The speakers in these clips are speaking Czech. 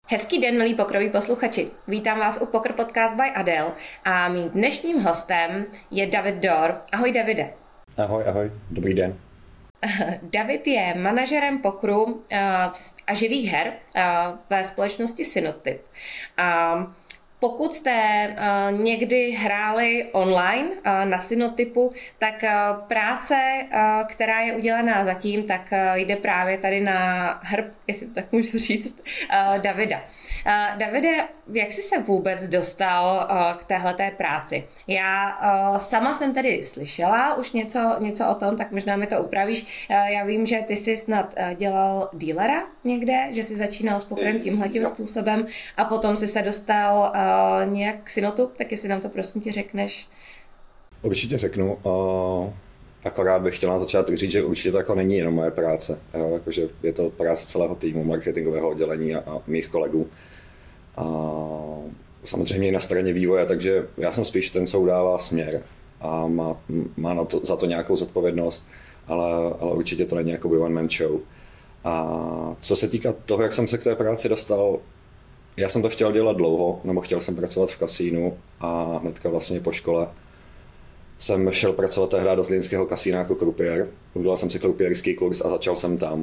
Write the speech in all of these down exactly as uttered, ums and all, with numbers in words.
Hezký den, milí pokroví posluchači. Vítám vás u Poker Podcast by Adele a mým dnešním hostem je David Dor. Ahoj, Davide. Ahoj, ahoj, dobrý den. David je manažerem pokru a živých her ve společnosti Synotyp. Pokud jste uh, někdy hráli online uh, na Synotypu, tak uh, práce, uh, která je udělaná zatím, tak uh, jde právě tady na hrb, jestli to tak můžu říct, uh, Davida. Uh, Davide, jak jsi se vůbec dostal uh, k téhleté práci? Já uh, sama jsem tady slyšela už něco, něco o tom, tak možná mi to upravíš. Uh, já vím, že ty jsi snad uh, dělal dealera někde, že jsi začínal s pokerem tímhletím způsobem a potom jsi se dostal uh, nějak k Synotu, tak jestli nám to prosím tě řekneš. Určitě řeknu. Uh, akorát bych chtěl na začátek říct, že určitě to jako není jenom moje práce. Jo? Jakože je to práce celého týmu, marketingového oddělení a, a mých kolegů. Uh, samozřejmě i na straně vývoje, takže já jsem spíš ten, co udává směr a má, má na to, za to nějakou zodpovědnost, ale, ale určitě to není jako one man show. A co se týká toho, jak jsem se k té práci dostal, já jsem to chtěl dělat dlouho, nebo chtěl jsem pracovat v kasínu a hnedka vlastně po škole jsem šel pracovat tehdy do zlínského kasína jako krupiér. Udělal jsem si krupierský kurz a začal jsem tam.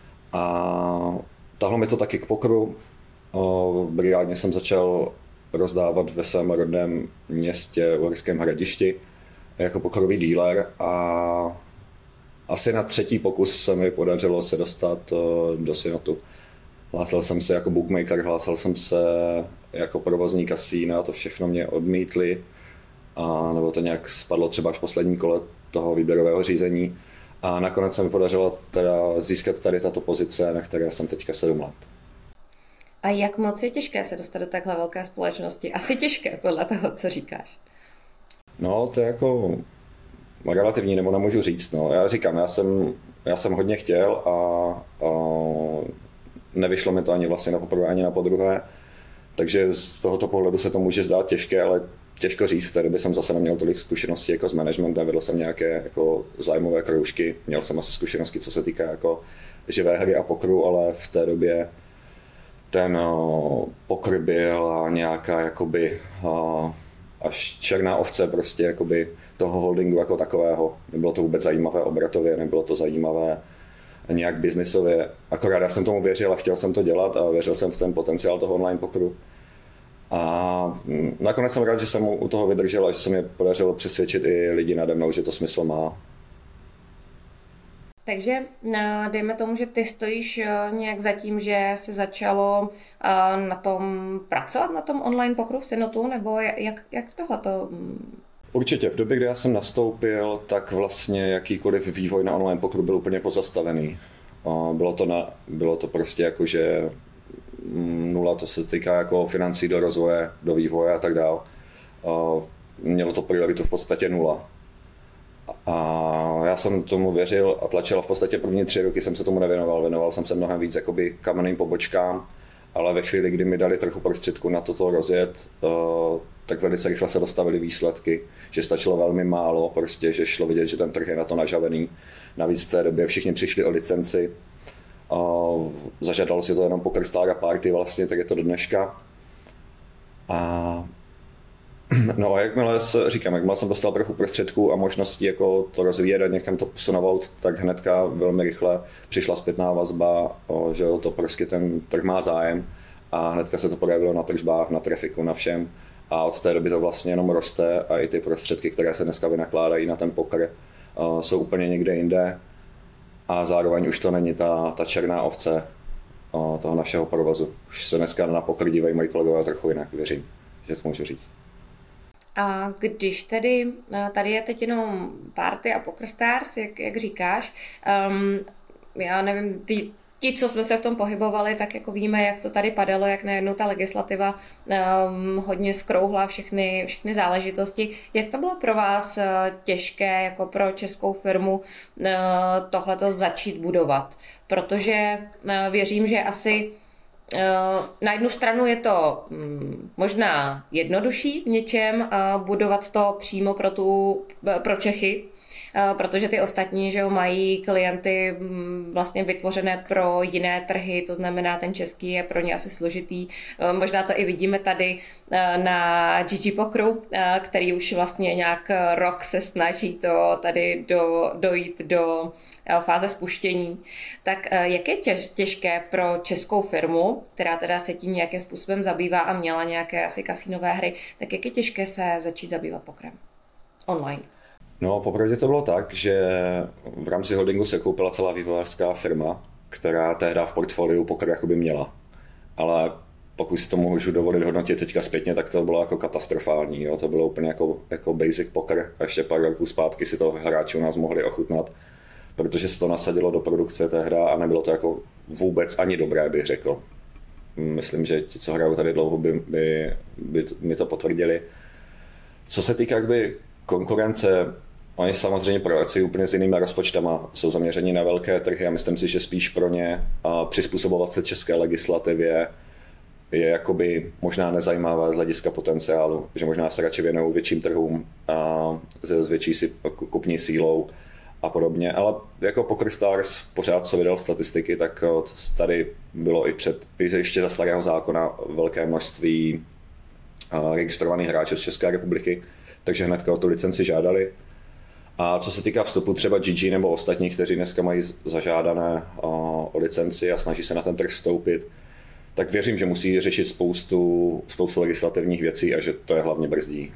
A tahlo mi to taky k pokru. Brigádně jsem začal rozdávat ve svém rodném městě Uherském Hradišti jako pokerový dealer a asi na třetí pokus se mi podařilo se dostat do Synotu. Hlásil jsem se jako bookmaker, hlásil jsem se jako provozní kasína a to všechno mě odmítli. A nebo to nějak spadlo třeba až v posledním kole toho výběrového řízení. A nakonec se mi podařilo teda získat tady tato pozice, na které jsem teďka sedm let. A jak moc je těžké se dostat do takhle velké společnosti? Asi těžké podle toho, co říkáš. No, to je jako relativní, nebo nemůžu říct. No. Já říkám, já jsem, já jsem hodně chtěl a, a nevyšlo mi to ani vlastně na poprvé, ani na podruhé, takže z tohoto pohledu se to může zdát těžké, ale těžko říct. V té době jsem zase neměl tolik zkušeností jako s managementem, vedl jsem nějaké jako zájmové kroužky, měl jsem asi zkušenosti, co se týká jako živé hry a pokru, ale v té době ten uh, pokr byl nějaká jakoby uh, až černá ovce prostě jakoby toho holdingu jako takového. Nebylo to vůbec zajímavé obratově, nebylo to zajímavé nějak biznisově. Akorát já jsem tomu věřil a chtěl jsem to dělat a věřil jsem v ten potenciál toho online pokru. A nakonec jsem rád, že jsem u toho vydržel a že se mi podařilo přesvědčit i lidi nade mnou, že to smysl má. Takže dejme tomu, že ty stojíš nějak za tím, že se začalo na tom pracovat, na tom online pokru v Synotu, nebo jak, jak tohleto? Určitě. V době, kdy já jsem nastoupil, tak vlastně jakýkoliv vývoj na online pokru byl úplně pozastavený. Bylo to, na, bylo to prostě jako, že nula, to se týká jako financí do rozvoje, do vývoje a tak dále. Mělo to prioritu v podstatě nula. A já jsem tomu věřil a tlačil v podstatě první tři roky jsem se tomu nevěnoval. Věnoval jsem se mnohem víc jakoby kamenným pobočkám, ale ve chvíli, kdy mi dali trochu prostředku na toto rozjet, tak velice rychle se dostavily výsledky, že stačilo velmi málo, prostě, že šlo vidět, že ten trh je na to nažavený. Navíc v té době všichni přišli o licenci, zažádalo si to jenom Poker Star a Party vlastně, tak je to do dneška. A no a jakmile se, říkám, jakmile jsem dostal trochu prostředků a možností jako to rozvíjet a někam to posunout, tak hnedka velmi rychle přišla zpětná vazba, že to prostě ten trh má zájem a hnedka se to projevilo na tržbách, na trafiku, na všem. A od té doby to vlastně jenom roste a i ty prostředky, které se dneska vynakládají na ten poker, jsou úplně někde jinde. A zároveň už to není ta, ta černá ovce toho našeho provozu. Už se dneska na poker dívají moji kolegové trochu jinak, věřím, že to můžu říct. A když tedy, tady je teď jenom Party a Poker Stars, jak, jak říkáš, um, já nevím, ty, ti, co jsme se v tom pohybovali, tak jako víme, jak to tady padalo, jak najednou ta legislativa um, hodně skrouhla všechny, všechny záležitosti. Jak to bylo pro vás uh, těžké, jako pro českou firmu, uh, tohleto začít budovat? Protože uh, věřím, že asi na jednu stranu je to možná jednodušší v něčem budovat to přímo pro, tu, pro Čechy, protože ty ostatní, že jo, mají klienty vlastně vytvořené pro jiné trhy, to znamená, ten český je pro ně asi složitý. Možná to i vidíme tady na G G Pokeru, který už vlastně nějak rok se snaží to tady do, dojít do fáze spuštění. Tak jak je těž, těžké pro českou firmu, která teda se tím nějakým způsobem zabývá a měla nějaké asi kasínové hry, tak jak je těžké se začít zabývat pokerem online? No, popravdě to bylo tak, že v rámci holdingu se koupila celá vývojářská firma, která tehdy v portfoliu poker jakoby měla. Ale pokud si to můžu dovolit hodnotit teďka zpětně, tak to bylo jako katastrofální. Jo? To bylo úplně jako, jako basic poker a ještě pár roků zpátky si to hráči u nás mohli ochutnat, protože se to nasadilo do produkce tehdy a nebylo to jako vůbec ani dobré, bych řekl. Myslím, že ti, co hrajou tady dlouho, by, by, by mi to potvrdili. Co se týká jakby konkurence, oni samozřejmě pracují úplně s jinými rozpočtama, jsou zaměření na velké trhy a myslím si, že spíš pro ně a přizpůsobovat se české legislativě je jakoby možná nezajímavé z hlediska potenciálu, že možná se radši věnují větším trhům a s větší si, kupní sílou a podobně, ale jako PokerStars pořád, co vydal statistiky, tak tady bylo i před, ještě za starého zákona velké množství registrovaných hráčů z České republiky, takže hnedka o tu licenci žádali. A co se týká vstupu třeba G G nebo ostatních, kteří dneska mají zažádané o licenci a snaží se na ten trh vstoupit, tak věřím, že musí řešit spoustu, spoustu legislativních věcí a že to je hlavně brzdí.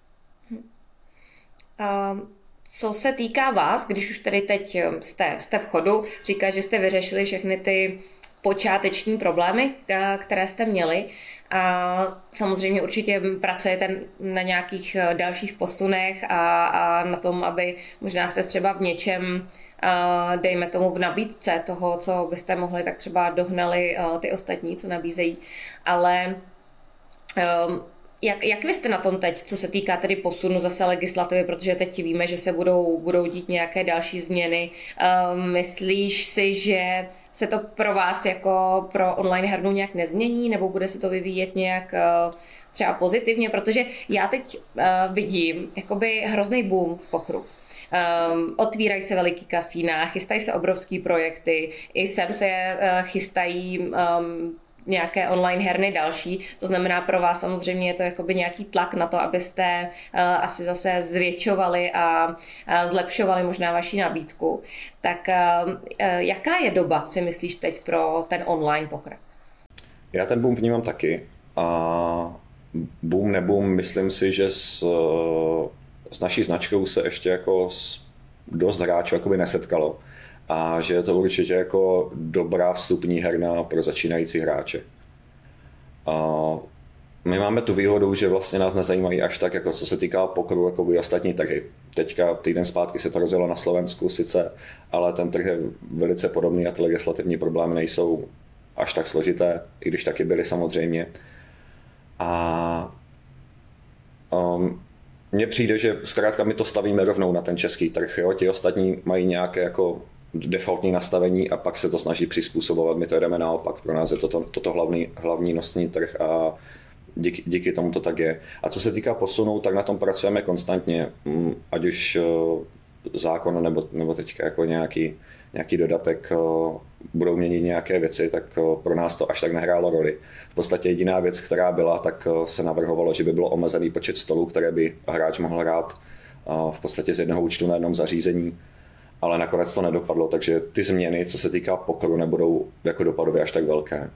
Um. Co se týká vás, když už tady teď jste, jste v chodu, říká, že jste vyřešili všechny ty počáteční problémy, které jste měli. A samozřejmě určitě pracujete na nějakých dalších posunech a, a na tom, aby možná jste třeba v něčem, dejme tomu v nabídce toho, co byste mohli, tak třeba dohnali ty ostatní, co nabízejí. Ale um, Jak, jak vy jste na tom teď, co se týká tedy posunu zase legislativy, protože teď víme, že se budou, budou dít nějaké další změny. Uh, myslíš si, že se to pro vás jako pro online hernu nějak nezmění, nebo bude se to vyvíjet nějak uh, třeba pozitivně? Protože já teď uh, vidím jakoby hrozný boom v pokeru. Um, otvírají se veliký kasína, chystají se obrovský projekty, i sem se uh, chystají um, nějaké online herny další, to znamená pro vás samozřejmě je to jakoby nějaký tlak na to, abyste uh, asi zase zvětšovali a uh, zlepšovali možná vaši nabídku. Tak uh, uh, jaká je doba, si myslíš teď pro ten online poker? Já ten boom vnímám taky a boom neboom, myslím si, že s, s naší značkou se ještě jako dost hráčů jakoby nesetkalo. A že je to určitě jako dobrá vstupní herna pro začínající hráče. A my máme tu výhodu, že vlastně nás nezajímají až tak, jako co se týká pokeru, jako by ostatní trhy. Teďka týden zpátky se to rozjelo na Slovensku sice, ale ten trh je velice podobný a ty legislativní problémy nejsou až tak složité, i když taky byly samozřejmě. A um, mně přijde, že zkrátka my to stavíme rovnou na ten český trh. Jo? Ti ostatní mají nějaké jako defaultní nastavení a pak se to snaží přizpůsobovat. My to jdeme naopak. Pro nás je to toto to hlavní, hlavní nosní trh a díky, díky tomu to tak je. A co se týká posunu, tak na tom pracujeme konstantně. Ať už zákon nebo, nebo teďka jako nějaký, nějaký dodatek budou měnit nějaké věci, tak pro nás to až tak nehrálo roli. V podstatě jediná věc, která byla, tak se navrhovalo, že by bylo omezený počet stolů, které by hráč mohl hrát v podstatě z jednoho účtu na jednom zařízení. Ale nakonec to nedopadlo, takže ty změny, co se týká pokeru, nebudou jako dopadově až tak velké.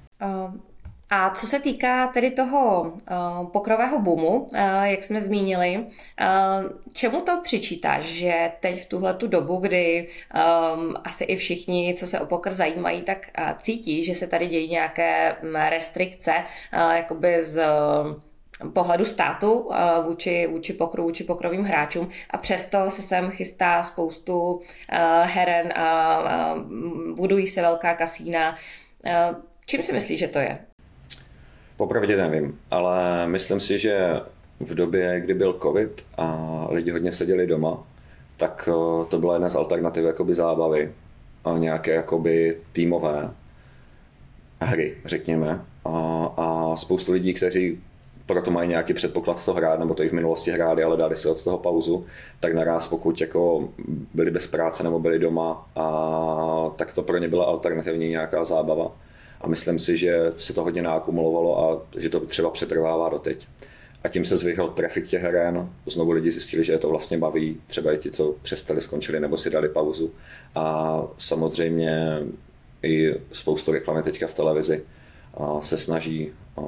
A co se týká tedy toho pokerového boomu, jak jsme zmínili, čemu to přičítáš, že teď v tuhletu dobu, kdy asi i všichni, co se o poker zajímají, tak cítí, že se tady dějí nějaké restrikce, jakoby z pohledu státu vůči, vůči pokru, vůči pokrovým hráčům a přesto se sem chystá spoustu heren a budují se velká kasína. Čím si myslíš, že to je? Popravdě nevím, ale myslím si, že v době, kdy byl covid a lidi hodně seděli doma, tak to byla jedna z alternativ jakoby zábavy a nějaké jakoby týmové hry, řekněme. A, a spoustu lidí, kteří proto mají nějaký předpoklad to hrát, nebo to i v minulosti hráli, ale dali si od toho pauzu, tak naraz pokud jako byli bez práce nebo byli doma, a tak to pro ně byla alternativní nějaká zábava. A myslím si, že se to hodně naakumulovalo a že to třeba přetrvává doteď. A tím se zvyhl trafik těch heren, znovu lidi zjistili, že je to vlastně baví, třeba i ti, co přestali, skončili nebo si dali pauzu. A samozřejmě i spoustu reklamy teďka v televizi se snaží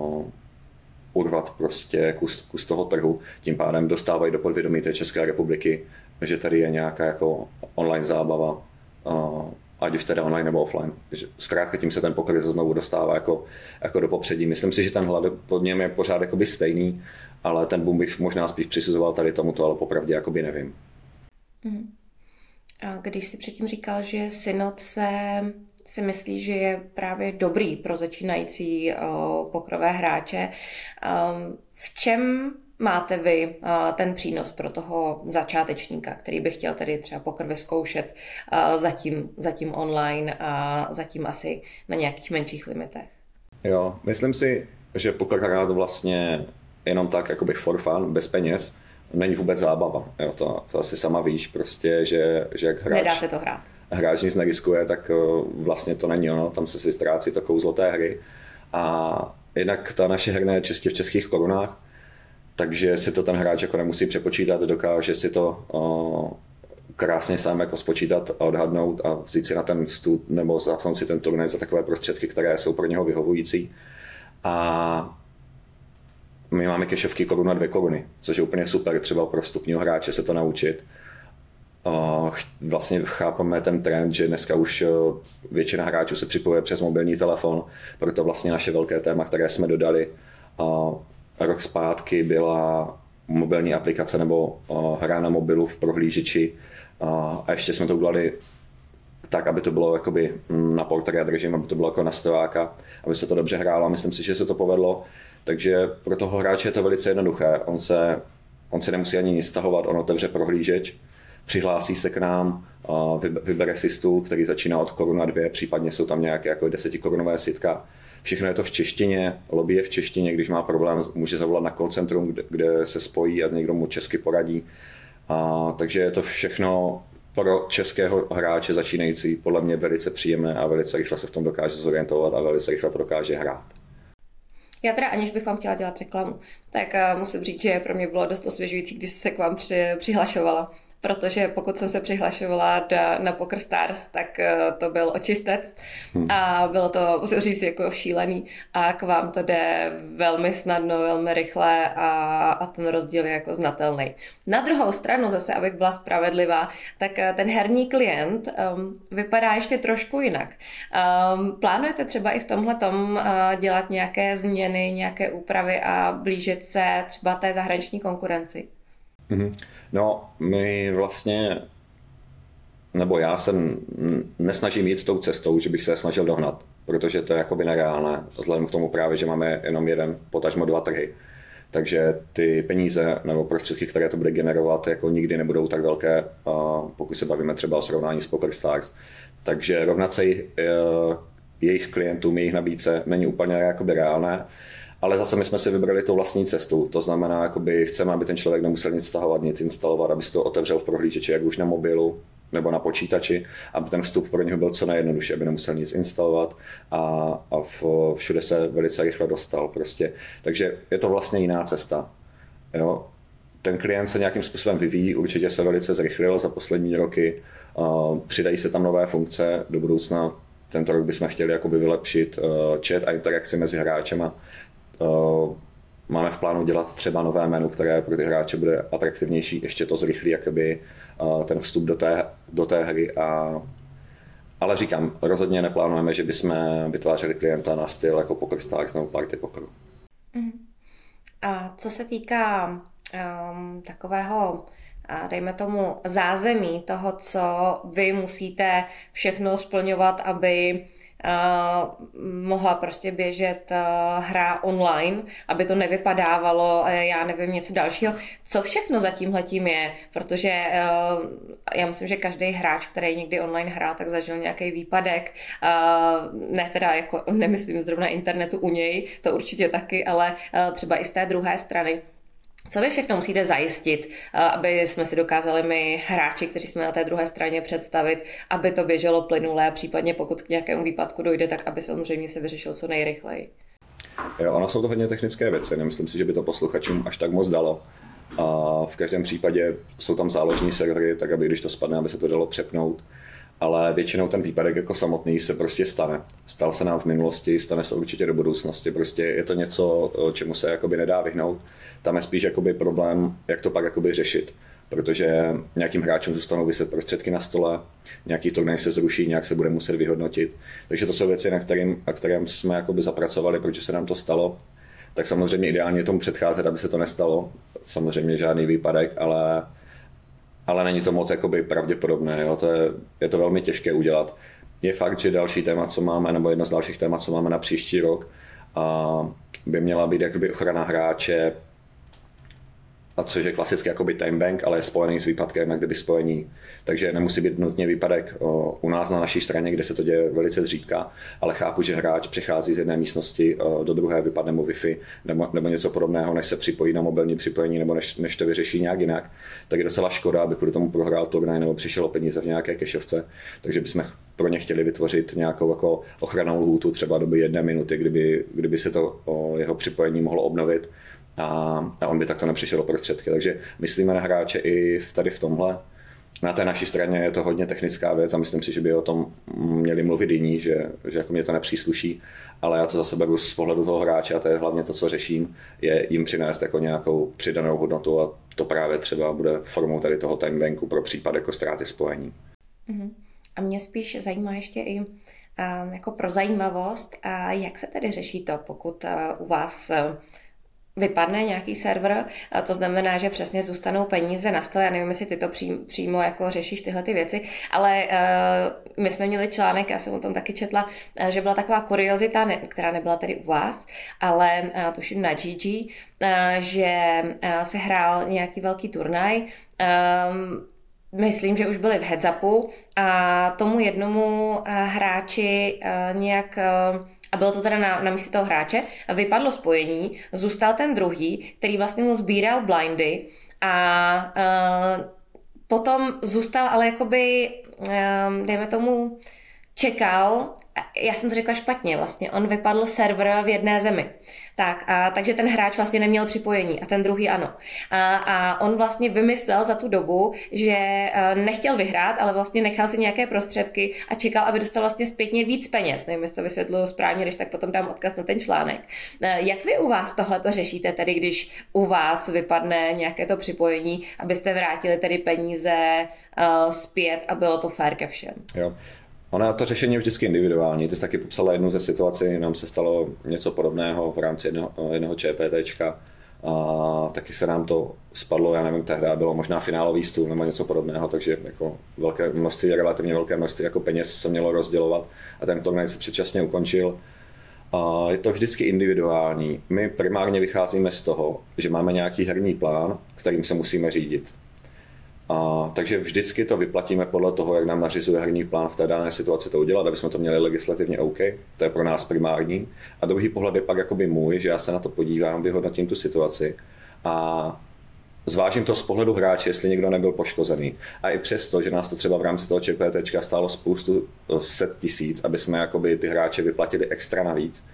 urvat prostě kus, kus toho trhu, tím pádem dostávají do podvědomí té České republiky, že tady je nějaká jako online zábava, ať už teda online nebo offline. Zkrátka tím se ten poker znovu dostává jako, jako do popředí. Myslím si, že ten hlad pod něm je pořád jakoby stejný, ale ten boom bych možná spíš přisuzoval tady tomuto, ale popravdě jakoby nevím. Mm. A když si předtím říkal, že Synod se si myslí, že je právě dobrý pro začínající o, pokerové hráče, um, v čem máte vy uh, ten přínos pro toho začátečníka, který by chtěl tedy třeba poker vyzkoušet uh, zatím, zatím online a zatím asi na nějakých menších limitech? Jo, myslím si, že poker hrát vlastně jenom tak, jakoby for fun, bez peněz, není vůbec zábava. Jo, to, to asi sama víš, prostě, že, že jak hráč... Nedá se to hrát. Hráč nic neriskuje, tak uh, vlastně to není ono, tam se si ztrácí to kouzlo té hry. A jednak ta naše herna je čistě v českých korunách, takže si to ten hráč jako nemusí přepočítat, dokáže si to uh, krásně sám jako spočítat a odhadnout a vzít si na ten stůl nebo zapnout si ten turnaj za takové prostředky, které jsou pro něho vyhovující. A my máme kešovky koruna dvě koruny, což je úplně super třeba pro vstupního hráče se to naučit. Uh, vlastně chápeme ten trend, že dneska už uh, většina hráčů se připojuje přes mobilní telefon, proto vlastně naše velké téma, které jsme dodali uh, rok zpátky, byla mobilní aplikace nebo uh, hra na mobilu v prohlížeči uh, a ještě jsme to udělali tak, aby to bylo jakoby na portrait režim, aby to bylo jako na stojáka, aby se to dobře hrálo a myslím si, že se to povedlo, takže pro toho hráče je to velice jednoduché, on se, on se nemusí ani nic stahovat, on otevře prohlížeč, přihlásí se k nám, vybere si stůl, který začíná od koruna dvě, případně jsou tam nějaké jako desetikorunové sitka. Všechno je to v češtině, lobby je v češtině, když má problém, může zavolat na call centrum, kde, kde se spojí a někdo mu česky poradí. A, takže je to všechno pro českého hráče začínající podle mě velice příjemné a velice rychle se v tom dokáže zorientovat a velice rychle to dokáže hrát. Já teda, aniž bych vám chtěla dělat reklamu, tak uh, musím říct, že pro mě bylo dost osvěžující, když se k vám při, přihlašovala. Protože pokud jsem se přihlašovala na PokerStars, tak uh, to byl očistec hmm. a bylo to, musím říct, jako šílený a k vám to jde velmi snadno, velmi rychle a, a ten rozdíl je jako znatelný. Na druhou stranu zase, abych byla spravedlivá, tak uh, ten herní klient um, vypadá ještě trošku jinak. Um, plánujete třeba i v tomhletom uh, dělat nějaké změny, nějaké úpravy a blížit se třeba té zahraniční konkurenci? No, my vlastně, nebo já se nesnažím jít tou cestou, že bych se snažil dohnat, protože to je jakoby nereálné, vzhledem k tomu právě, že máme jenom jeden, potažmo dva trhy. Takže ty peníze nebo prostředky, které to bude generovat, jako nikdy nebudou tak velké, pokud se bavíme třeba o srovnání s PokerStars. Takže rovnat se jejich klientům, jejich nabídce není úplně jakoby reálné. Ale zase my jsme si vybrali tu vlastní cestu, to znamená, jakoby chceme, aby ten člověk nemusel nic stahovat, nic instalovat, aby si to otevřel v prohlížeči, jak už na mobilu nebo na počítači, aby ten vstup pro něho byl co nejjednodušší, aby nemusel nic instalovat a, a v, všude se velice rychle dostal prostě. Takže je to vlastně jiná cesta. Jo? Ten klient se nějakým způsobem vyvíjí, určitě se velice zrychlil za poslední roky, uh, přidají se tam nové funkce, do budoucna tento rok bychom chtěli jakoby vylepšit uh, chat a interakci mezi hráčema. Máme v plánu dělat třeba nové menu, které pro ty hráče bude atraktivnější, ještě to zrychlí jakoby ten vstup do té, do té hry. A, ale říkám, rozhodně neplánujeme, že bychom vytvářeli klienta na styl jako PokerStars nebo Party Pokeru. A co se týká um, takového, dejme tomu, zázemí toho, co vy musíte všechno splňovat, aby mohla prostě běžet hra online, aby to nevypadávalo, já nevím, něco dalšího. Co všechno za tímhletím je? Protože já myslím, že každý hráč, který někdy online hrál, tak zažil nějaký výpadek. Ne teda, jako nemyslím zrovna internetu u něj, to určitě taky, ale třeba i z té druhé strany. Co vy všechno musíte zajistit, aby jsme si dokázali my hráči, kteří jsme na té druhé straně, představit, aby to běželo plynulé, případně pokud k nějakému výpadku dojde, tak aby samozřejmě se vyřešil co nejrychleji? Jo, ono jsou to hodně technické věci, nemyslím si, že by to posluchačům až tak moc dalo. A v každém případě jsou tam záložní servery, tak aby když to spadne, aby se to dalo přepnout. Ale většinou ten výpadek jako samotný se prostě stane. Stal se nám v minulosti, stane se určitě do budoucnosti. Prostě je to něco, čemu se jakoby nedá vyhnout. Tam je spíš jakoby problém, jak to pak jakoby řešit. Protože nějakým hráčům zůstanou vyset prostředky na stole, nějaký turnaj se zruší, nějak se bude muset vyhodnotit. Takže to jsou věci, na kterým, na kterým jsme jakoby zapracovali, protože se nám to stalo. Tak samozřejmě ideálně je tomu předcházet, aby se to nestalo. Samozřejmě žádný výpadek, ale ale není to moc jakoby pravděpodobné, jo? To je, je to velmi těžké udělat. Je fakt, že další téma, co máme, nebo jedno z dalších témat, co máme na příští rok, a by měla být jakoby ochrana hráče, a což je klasicky jakoby time bank, ale je spojený s výpadkem, jak kdyby spojení. Takže nemusí být nutně výpadek o, u nás na naší straně, kde se to děje velice zřídka, ale chápu, že hráč přechází z jedné místnosti o, do druhé, vypadne mu Wi-Fi nebo, nebo něco podobného, než se připojí na mobilní připojení nebo než, než to vyřeší nějak jinak. Tak je docela škoda, aby kvůli tomu prohrál turnaj nebo přišel o peníze v nějaké kešovce. Takže bychom pro ně chtěli vytvořit nějakou jako ochrannou lhůtu, třeba doby jedné minuty, kdyby, kdyby se to o, jeho připojení mohlo obnovit. A, a on by takto nepřišel o prostředky. Takže myslíme na hráče i v, tady v tomhle. Na té naší straně je to hodně technická věc a myslím si, že by o tom měli mluvit jiní, že, že jako mě to nepřísluší, ale já to zase beru z pohledu toho hráče a to je hlavně to, co řeším, je jim přinést jako nějakou přidanou hodnotu a to právě třeba bude formou tady toho time banku pro případ jako ztráty spojení. Uh-huh. A mě spíš zajímá ještě i um, jako pro zajímavost, a jak se tedy řeší to, pokud uh, u vás uh, vypadne nějaký server, a to znamená, že přesně zůstanou peníze na stole. Já nevím, jestli ty to přímo jako řešíš tyhle ty věci, ale uh, my jsme měli článek, já jsem o tom taky četla, uh, že byla taková kuriozita, ne, která nebyla tedy u vás, ale uh, tuším na G G, uh, že uh, se hrál nějaký velký turnaj. Um, Myslím, že už byli v heads-upu a tomu jednomu hráči nějak, a bylo to teda na, na místě toho hráče, vypadlo spojení, zůstal ten druhý, který vlastně mu sbíral blindy a, a potom zůstal, ale jakoby, dejme tomu, čekal, já jsem to řekla špatně, vlastně on vypadl server v jedné zemi. Tak, a, takže ten hráč vlastně neměl připojení a ten druhý ano. A, a on vlastně vymyslel za tu dobu, že nechtěl vyhrát, ale vlastně nechal si nějaké prostředky a čekal, aby dostal vlastně zpětně víc peněz. Nevím, jestli to vysvětluju správně, když tak potom dám odkaz na ten článek. Jak vy u vás tohleto řešíte, tedy když u vás vypadne nějaké to připojení, abyste vrátili tedy peníze uh, zpět a bylo to fair ke všem? Jo. Ono to řešení je vždycky individuální. Ty jsi taky popsala jednu ze situací, nám se stalo něco podobného v rámci jednoho, jednoho ČPTčka. A taky se nám to spadlo, já nevím, tehdy bylo možná finálový stůl nebo něco podobného, takže jako velké množství, relativně velké množství jako peněz se mělo rozdělovat a ten turnaj se předčasně ukončil. A je to vždycky individuální. My primárně vycházíme z toho, že máme nějaký herní plán, kterým se musíme řídit. A, takže vždycky to vyplatíme podle toho, jak nám nařizuje herní plán v té dané situaci to udělat, aby jsme to měli legislativně OK. To je pro nás primární. A druhý pohled je pak jakoby můj, že já se na to podívám, vyhodnotím tu situaci a zvážím to z pohledu hráče, jestli někdo nebyl poškozený. A i přesto, že nás to třeba v rámci toho ČPTčka stálo spoustu set tisíc, aby jsme jakoby ty hráče vyplatili extra navíc,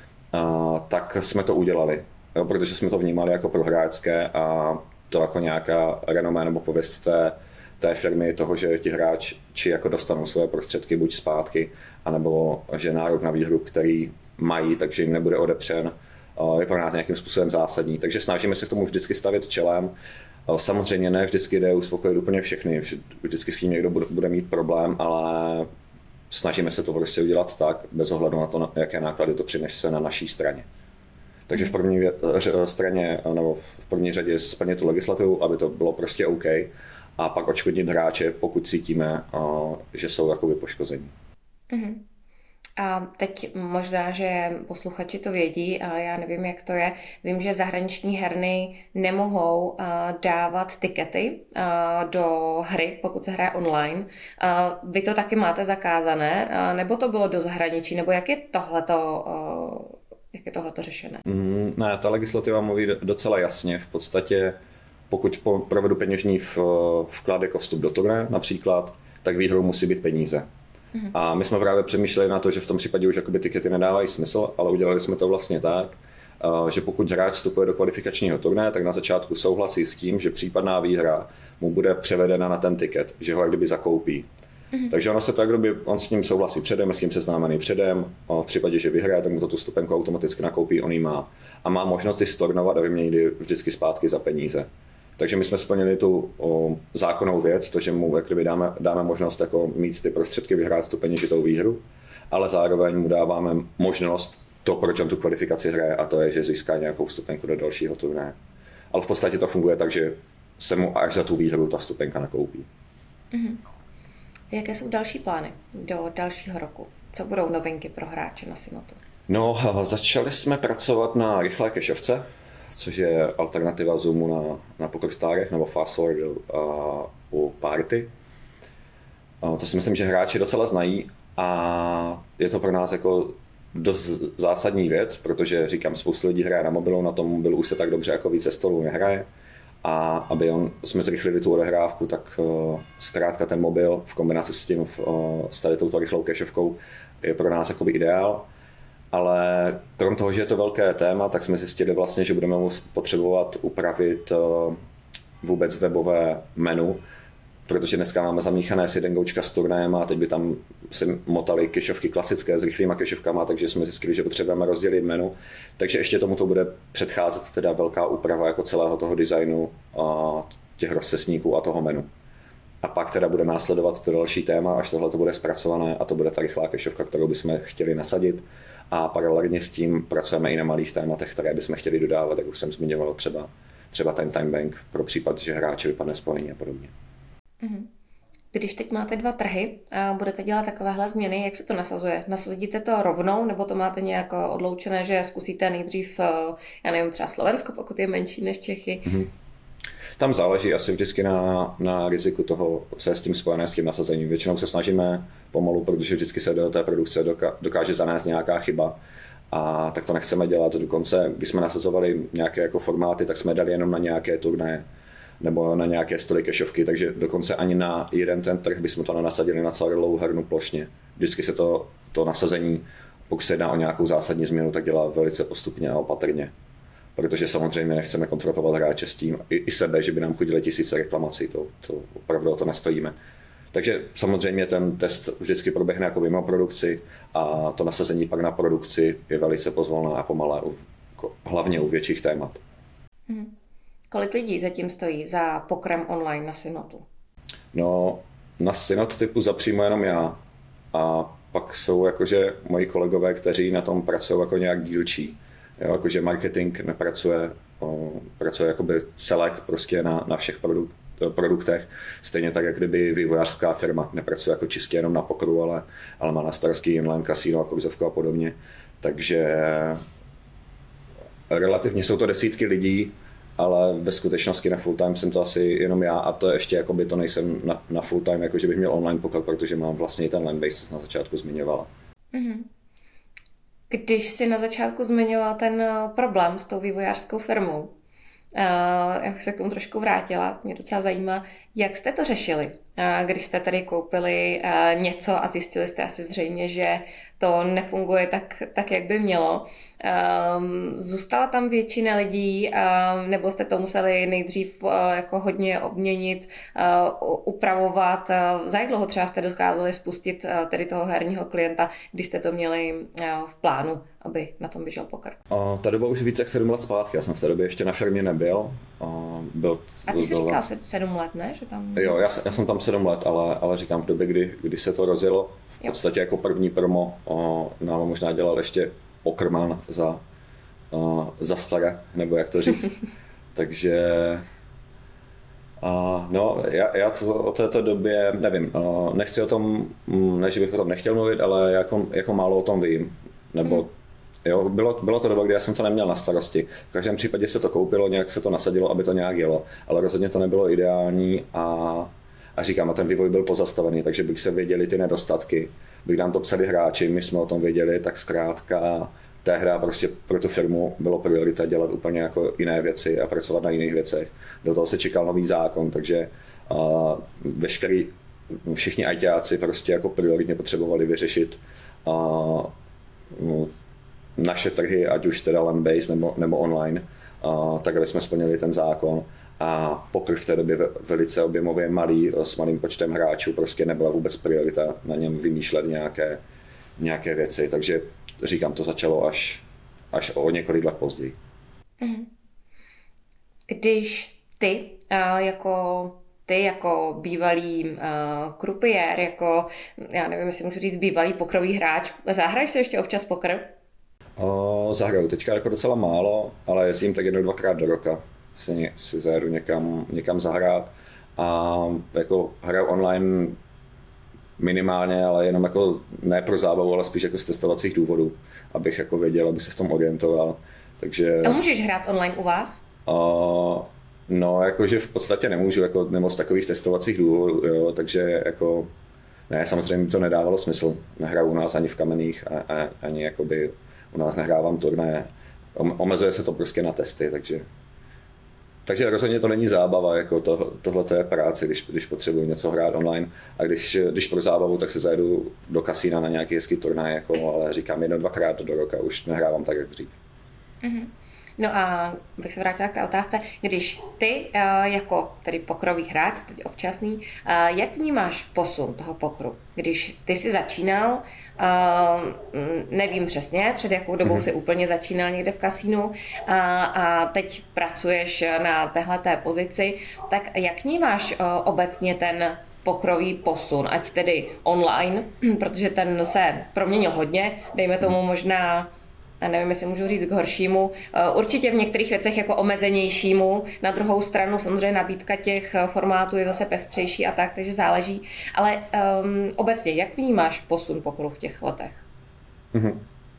a, tak jsme to udělali. Jo, protože jsme to vnímali jako prohráčské a to jako nějaká renomé nebo pověst té, té firmy toho, že ti hráči jako dostanou své prostředky buď zpátky, anebo že nárok na výhru, který mají, takže jim nebude odepřen, je pro nás nějakým způsobem zásadní. Takže snažíme se k tomu vždycky stavět čelem. Samozřejmě ne vždycky jde uspokojit úplně všechny, vždycky s tím někdo bude mít problém, ale snažíme se to prostě udělat tak, bez ohledu na to, jaké náklady to přinese na naší straně. Takže v první straně, nebo v první řadě splnit tu legislativu, aby to bylo prostě OK, a pak odškodnit hráče, pokud cítíme, že jsou jakoby poškození. Uh-huh. A teď možná, že posluchači to vědí, a já nevím, jak to je. Vím, že zahraniční herny nemohou dávat tikety do hry, pokud se hraje online. Vy to taky máte zakázané, nebo to bylo do zahraničí, nebo jak je tohleto, jak je tohleto řešené? Mm, ne, ta legislativa mluví docela jasně. V podstatě, pokud provedu peněžní vklad jako vstup do turnaje například, tak výhrou musí být peníze. A my jsme právě přemýšleli na to, že v tom případě už jakoby tikety nedávají smysl, ale udělali jsme to vlastně tak, že pokud hráč vstupuje do kvalifikačního turnaje, tak na začátku souhlasí s tím, že případná výhra mu bude převedena na ten tiket, že ho jak kdyby zakoupí. Mm-hmm. Takže ono se to, jak kdyby, on s tím souhlasí předem, s tím seznámený předem, v případě, že vyhraje, tak mu to tu stupenku automaticky nakoupí, on ji má. A má možnost ji stornovat a vyměnit vždycky zpátky za peníze. Takže my jsme splnili tu o, zákonnou věc, to, že mu jak kdyby dáme, dáme možnost jako mít ty prostředky vyhrát tu peněžitou výhru, ale zároveň mu dáváme možnost to, proč on tu kvalifikaci hraje, a to je, že získá nějakou vstupenku do dalšího turnaje. Ale v podstatě to funguje tak, že se mu až za tu výhru ta vstupenka nakoupí. Mm-hmm. Jaké jsou další plány do dalšího roku? Co budou novinky pro hráče na Synotu? No, začali jsme pracovat na rychlé kešovce, což je alternativa Zoomu na, na PokerStarech nebo Fast Forwardu u Party. A to si myslím, že hráči docela znají a je to pro nás jako dost zásadní věc, protože říkám, spoustu lidí hraje na mobilu, na tom mobilu už se tak dobře jako více stolů nehraje. A aby on, jsme zrychlili tu odehrávku, tak uh, zkrátka ten mobil v kombinaci s tím, uh, s tady touto rychlou kešovkou je pro nás jakoby ideál. Ale krom toho, že je to velké téma, tak jsme zjistili vlastně, že budeme potřebovat upravit uh, vůbec webové menu, protože dneska máme zamíchané s jeden goučka s turnajem a teď by tam si motali kešovky klasické s rychlýma kešovkama, takže jsme zjistili, že potřebujeme rozdělit menu. Takže ještě tomu to bude předcházet teda velká úprava jako celého toho designu a těch rozcestníků a toho menu. A pak teda bude následovat to další téma, až tohle to bude zpracované, a to bude ta rychlá kešovka, kterou bychom chtěli nasadit. A paralelně s tím pracujeme i na malých tématech, které bychom chtěli dodávat, jak už jsem zmiňoval, třeba, třeba Time Time Bank pro případ, že hráči vypadne spojení a podobně. Když teď máte dva trhy a budete dělat takovéhle změny, jak se to nasazuje? Nasadíte to rovnou, nebo to máte nějak odloučené, že zkusíte nejdřív, já nevím, třeba Slovensko, pokud je menší než Čechy? Mm-hmm. Tam záleží asi vždycky na, na riziku toho, co je s tím spojené, s tím nasazením. Většinou se snažíme pomalu, protože vždycky se do té produkce dokáže zanést nějaká chyba. A tak to nechceme dělat. Dokonce, když jsme nasazovali nějaké jako formáty, tak jsme dali jenom na nějaké turnaje nebo na nějaké stoly kešovky, takže dokonce ani na jeden ten trh bychom to nenasadili na celou hernu plošně. Vždycky se to, to nasazení, pokud se jedná o nějakou zásadní změnu, tak dělá velice postupně a opatrně. Protože samozřejmě nechceme konfrontovat hráče s tím, i, i sebe, že by nám chodily tisíce reklamací, to, to opravdu o to nestojíme. Takže samozřejmě ten test vždycky proběhne jako mimo produkci a to nasazení pak na produkci je velice pozvolné a pomalé, hlavně u větších témat. Hmm. Kolik lidí zatím stojí za pokrem online na Synotu? No, na Synot typu zapřímo jenom já. A pak jsou jakože moji kolegové, kteří na tom pracují jako nějak dílčí. Jo, jakože marketing nepracuje, o, pracuje jakoby celek prostě na, na všech produk, produktech. Stejně tak, jak kdyby vývojářská firma nepracuje jako čistě jenom na pokeru, ale, ale má na starosti online, kasino a kurzovku a podobně. Takže relativně jsou to desítky lidí, ale ve skutečnosti na full time jsem to asi jenom já, a to ještě jakoby to nejsem na, na full time, jakože bych měl online poker, protože mám vlastně i ten land base, co jsem na začátku zmiňovala. Mm-hmm. Když jsi na začátku zmiňoval ten problém s tou vývojářskou firmou, já bych se k tomu trošku vrátila, mě docela zajímá, jak jste to řešili, když jste tady koupili něco a zjistili jste asi zřejmě, že to nefunguje tak, tak jak by mělo. Zůstala tam většina lidí, nebo jste to museli nejdřív jako hodně obměnit, upravovat? Za jak dlouho třeba jste dokázali spustit tedy toho herního klienta, když jste to měli v plánu, aby na tom běžel poker? A ta doba už více jak sedm let zpátky, já jsem v té době ještě na firmě nebyl. A, byl, a ty jsi říkal sedm let, ne? Že tam... Jo, já, já jsem tam sedm let, ale, ale říkám v době, kdy, kdy se to rozjelo, v podstatě jako první promo o, nám možná dělal ještě Okrman za, o, za staré, nebo jak to říct. Takže Uh, no, já, já to, o této době nevím, uh, nechci o tom, ne, že bych o tom nechtěl mluvit, ale jako, jako málo o tom vím, nebo mm. jo, bylo, bylo to doba, kdy já jsem to neměl na starosti. V každém případě se to koupilo, nějak se to nasadilo, aby to nějak jelo, ale rozhodně to nebylo ideální a, a říkám, a ten vývoj byl pozastavený, takže bych se věděli ty nedostatky, bych nám to psali hráči, my jsme o tom věděli, tak zkrátka té hra prostě pro tu firmu bylo priorita dělat úplně jako jiné věci a pracovat na jiných věcech. Do toho se čekal nový zákon, takže uh, veškerý, všichni ajťáci prostě jako prioritně potřebovali vyřešit uh, no, naše trhy, ať už teda land-based nebo, nebo online, uh, tak aby jsme splnili ten zákon. A poker v té době velice objemově malý, s malým počtem hráčů, prostě nebyla vůbec priorita na něm vymýšlet nějaké, nějaké věci, takže říkám, to začalo až, až o několik let později. Když ty jako ty jako bývalý uh, krupiér, jako, já nevím, jestli můžu říct bývalý pokrový hráč, zahraješ si ještě občas poker? Uh, zahraju teďka jako docela málo, ale jezdím tak jednou, dvakrát do roka. Si, si zajedu někam, někam zahrát a jako hraju online minimálně, ale jenom jako ne pro zábavu, ale spíš jako z testovacích důvodů, abych jako věděl, aby se v tom orientoval. Takže, a můžeš hrát online u vás? Uh, no, jakože v podstatě nemůžu, jako nemoc takových testovacích důvodů, jo, takže jako ne, samozřejmě to nedávalo smysl. Nehraju u nás ani v Kamenných, a, a, ani jakoby u nás nehrávám turné. Omezuje se to prostě na testy, takže Takže rozhodně to není zábava, jako to, tohle to je práce, když, když potřebuji něco hrát online a když, když pro zábavu, tak se zajedu do kasína na nějaký hezký turnaj, jako, ale říkám jedno, dvakrát do roka, už nehrávám tak, jak dřív. Mm-hmm. No a bych se vrátila k té otázce, když ty jako tedy pokrový hráč, teď občasný, jak vnímáš posun toho pokru? Když ty jsi začínal, nevím přesně, před jakou dobou mm-hmm. jsi úplně začínal někde v kasínu a, a teď pracuješ na téhleté pozici, tak jak vnímáš obecně ten pokrový posun, ať tedy online, protože ten se proměnil hodně, dejme tomu možná, a nevím, jestli můžu říct k horšímu, určitě v některých věcech jako omezenějšímu, na druhou stranu samozřejmě nabídka těch formátů je zase pestřejší a tak, takže záleží, ale um, obecně, jak vnímáš posun pokru v těch letech? Mm-hmm.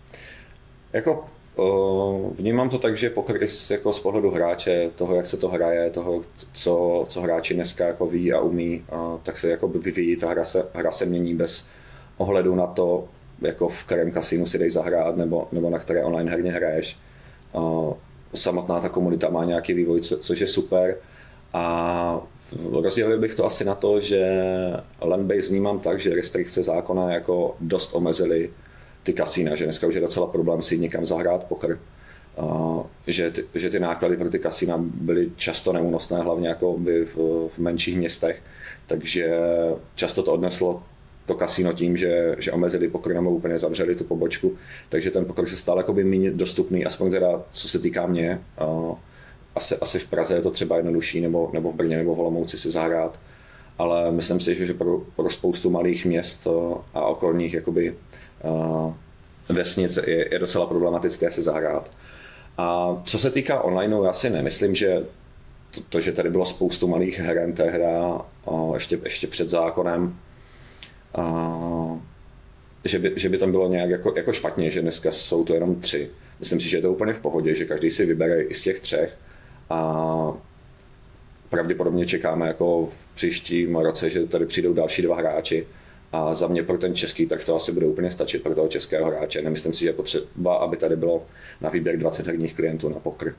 Jako uh, vnímám to tak, že poker jako z pohledu hráče, toho, jak se to hraje, toho, co, co hráči dneska jako ví a umí, uh, tak se jako vyvíjí, ta hra se, hra se mění bez ohledu na to, jako v kterém kasínu si dej zahrát, nebo, nebo na které online herně hraješ. Uh, samotná ta komunita má nějaký vývoj, co, což je super. A rozdělil bych to asi na to, že land-based vnímám tak, že restrikce zákona jako dost omezily ty kasína, že dneska už je docela problém si někam zahrát poker. Uh, že, ty, že ty náklady pro ty kasína byly často neúnosné, hlavně jako by v, v menších městech, takže často to odneslo to kasíno tím, že, že omezili poker nebo úplně zavřeli tu pobočku, takže ten poker se stal jakoby méně dostupný, aspoň teda co se týká mě. Uh, asi, asi v Praze je to třeba jednodušší, nebo, nebo v Brně nebo v Olomouci si zahrát, ale myslím si, že pro, pro spoustu malých měst a okolních jakoby, uh, vesnic je, je docela problematické si zahrát. A co se týká online, já si nemyslím, že to, to že tady bylo spoustu malých heren té hra uh, ještě, ještě před zákonem, Uh, že, by, že by tam bylo nějak jako, jako špatně, že dneska jsou to jenom tři. Myslím si, že je to úplně v pohodě, že každý si vybere i z těch třech a pravděpodobně čekáme jako v příštím roce, že tady přijdou další dva hráči a za mě pro ten český trh to asi bude úplně stačit pro toho českého hráče. Nemyslím si, že je potřeba, aby tady bylo na výběr dvacet herních klientů na poker.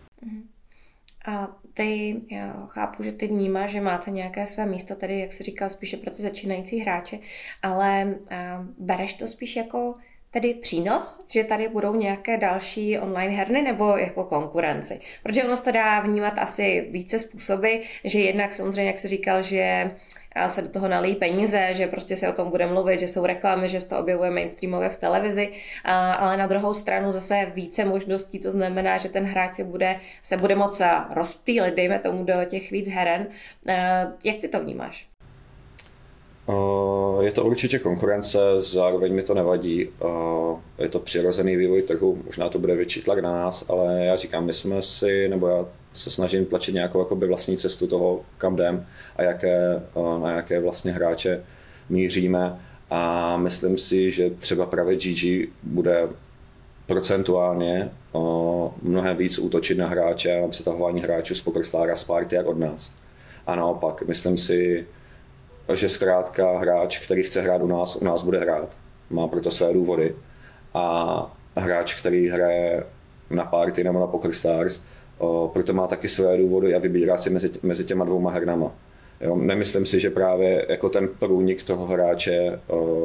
A ty, já chápu, že ty vnímáš, že máte nějaké své místo, tady, jak jsi říkal, spíše pro ty začínající hráče, ale a, bereš to spíš jako tedy přínos, že tady budou nějaké další online herny nebo jako konkurenci? Protože ono se to dá vnímat asi více způsoby, že jednak samozřejmě, jak jsi říkal, že se do toho nalíjí peníze, že prostě se o tom bude mluvit, že jsou reklamy, že se to objevuje mainstreamově v televizi, ale na druhou stranu zase více možností, to znamená, že ten hráč se bude, se bude moc rozptýlit, dejme tomu do těch víc heren. Jak ty to vnímáš? Je to určitě konkurence, zároveň mi to nevadí. Je to přirozený vývoj trhu, možná to bude větší tlak na nás, ale já říkám, my jsme si, nebo já se snažím tlačit nějakou jakoby vlastní cestu toho, kam jdem a jaké, na jaké vlastně hráče míříme. A myslím si, že třeba právě G G bude procentuálně mnohem víc útočit na hráče a na přetahování hráčů z PokerStars a z Party jak od nás. A naopak, myslím si, že zkrátka hráč, který chce hrát u nás, u nás bude hrát. Má proto své důvody. A hráč, který hraje na Party nebo na PokerStars, proto má taky své důvody a vybírá si mezi, mezi těma dvouma hernama. Jo, nemyslím si, že právě jako ten průnik toho hráče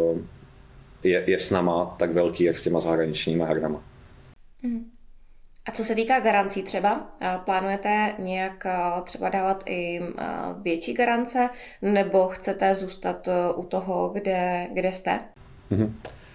je, je s náma tak velký, jak s těma zahraničníma hernama. Mm. A co se týká garancí třeba, plánujete nějak třeba dávat i větší garance, nebo chcete zůstat u toho, kde, kde jste? Mm-hmm.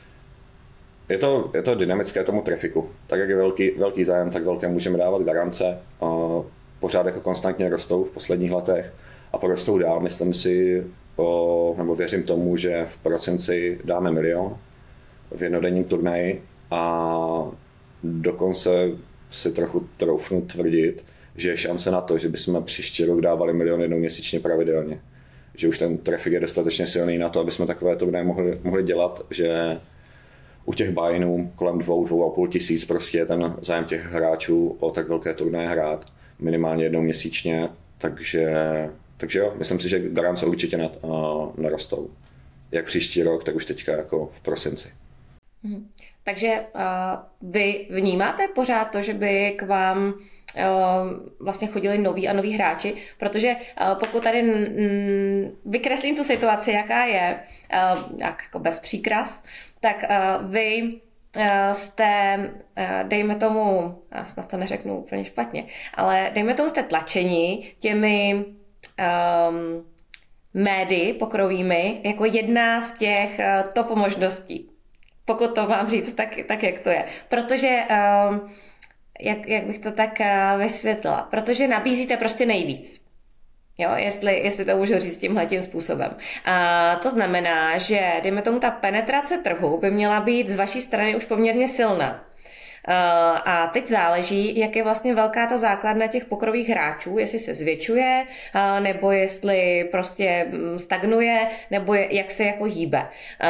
Je to, je to dynamické tomu trafiku. Tak jak je velký, velký zájem, tak velké můžeme dávat garance. Pořád jako konstantně rostou v posledních letech a porostou dál. Myslím si, nebo věřím tomu, že v prosinci dáme milion v jednodenním turnaji a dokonce si trochu troufnu tvrdit, že je šance na to, že bychom příští rok dávali milion jednou měsíčně pravidelně. Že už ten trafik je dostatečně silný na to, aby jsme takové turnaje mohli, mohli dělat, že u těch buy-inů kolem dvou, dvou a půl tisíc prostě je ten zájem těch hráčů o tak velké turnaje hrát minimálně jednou měsíčně, takže, takže jo, myslím si, že garance určitě narostou. Jak příští rok, tak už teďka jako v prosinci. Hmm. Takže uh, vy vnímáte pořád to, že by k vám uh, vlastně chodili noví a noví hráči, protože uh, pokud tady mm, vykreslím tu situaci, jaká je, uh, jak jako bez příkras, tak uh, vy uh, jste, uh, dejme tomu, já snad to neřeknu úplně špatně, ale dejme tomu jste tlačeni těmi um, médii pokrovými jako jedna z těch uh, top možností. Pokud to mám říct, tak, tak jak to je. Protože, um, jak, jak bych to tak uh, vysvětlila, protože nabízíte prostě nejvíc. Jo, jestli, jestli to můžu říct tímhletím způsobem. A to znamená, že dejme tomu ta penetrace trhu by měla být z vaší strany už poměrně silná. A teď záleží, jak je vlastně velká ta základna těch pokrových hráčů, jestli se zvětšuje, nebo jestli prostě stagnuje, nebo jak se jako hýbe.